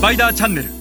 パイダーチャンネル。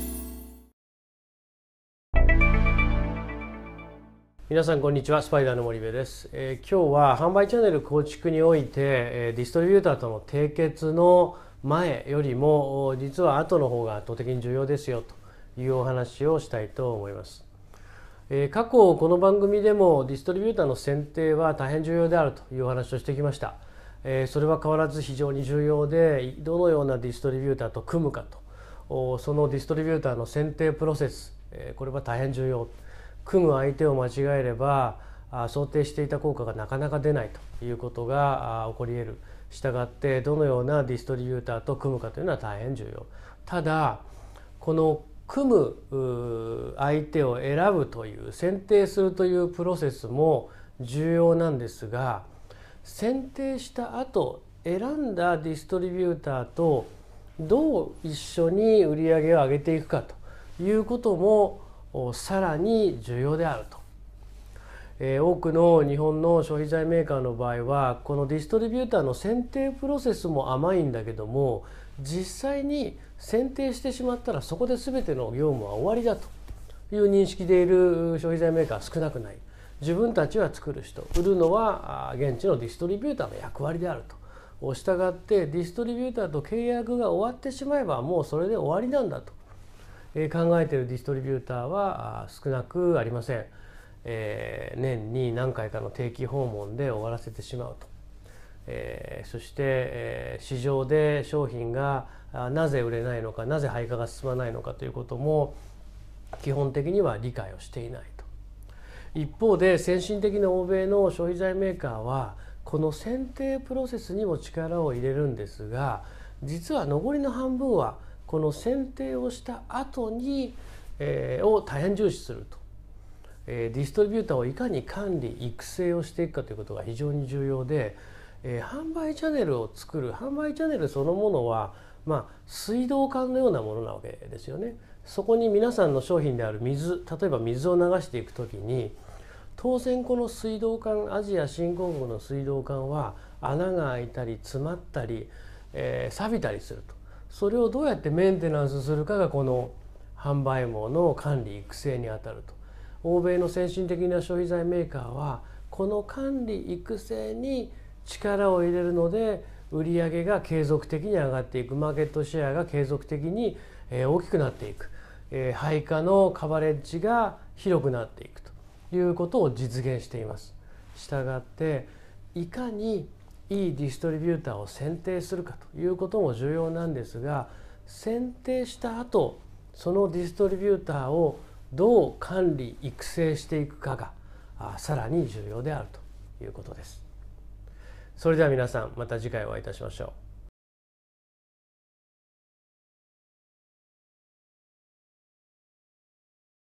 皆さんこんにちは、スパイダーの森部です。今日は販売チャンネル構築において、ディストリビューターとの締結の前よりも実は後の方が圧倒的に重要ですよというお話をしたいと思います。過去この番組でもディストリビューターの選定は大変重要であるというお話をしてきました。それは変わらず非常に重要で、どのようなディストリビューターと組むかと、そのディストリビューターの選定プロセス、これは大変重要。組む相手を間違えれば想定していた効果がなかなか出ないということが起こり得る。したがってどのようなディストリビューターと組むかというのは大変重要。ただこの組む相手を選ぶという選定するというプロセスも重要なんですが、選定した後選んだディストリビューターとどう一緒に売り上げを上げていくかということもさらに重要であると。多くの日本の消費財メーカーの場合はこのディストリビューターの選定プロセスも甘いんだけども、実際に選定してしまったらそこで全ての業務は終わりだという認識でいる消費財メーカーは少なくない。自分たちは作る人、売るのは現地のディストリビューターの役割であると。したがってディストリビューターと契約が終わってしまえばもうそれで終わりなんだと考えているディストリビューターは少なくありません。年に何回かの定期訪問で終わらせてしまうと。そして、市場で商品がなぜ売れないのか、なぜ配下が進まないのかということも基本的には理解をしていないと。一方で先進的な欧米の消費財メーカーはこの選定プロセスにも力を入れるんですが、実は残りの半分はこの選定をした後に、を大変重視すると。ディストリビューターをいかに管理育成をしていくかということが非常に重要で、販売チャンネルを作る、販売チャンネルそのものは水道管のようなものなわけですよね。そこに皆さんの商品である水、例えば水を流していくときに当然この水道管、アジア新興国の水道管は穴が開いたり詰まったり、錆びたりすると。それをどうやってメンテナンスするかがこの販売網の管理育成にあたると。欧米の先進的な消費財メーカーはこの管理育成に力を入れるので売上が継続的に上がっていく、マーケットシェアが継続的に大きくなっていく、配下のカバレッジが広くなっていくということを実現しています。したがっていかにいいディストリビューターを選定するかということも重要なんですが、選定した後そのディストリビューターをどう管理育成していくかがさらに重要であるということです。それでは皆さんまた次回お会いいたしましょう。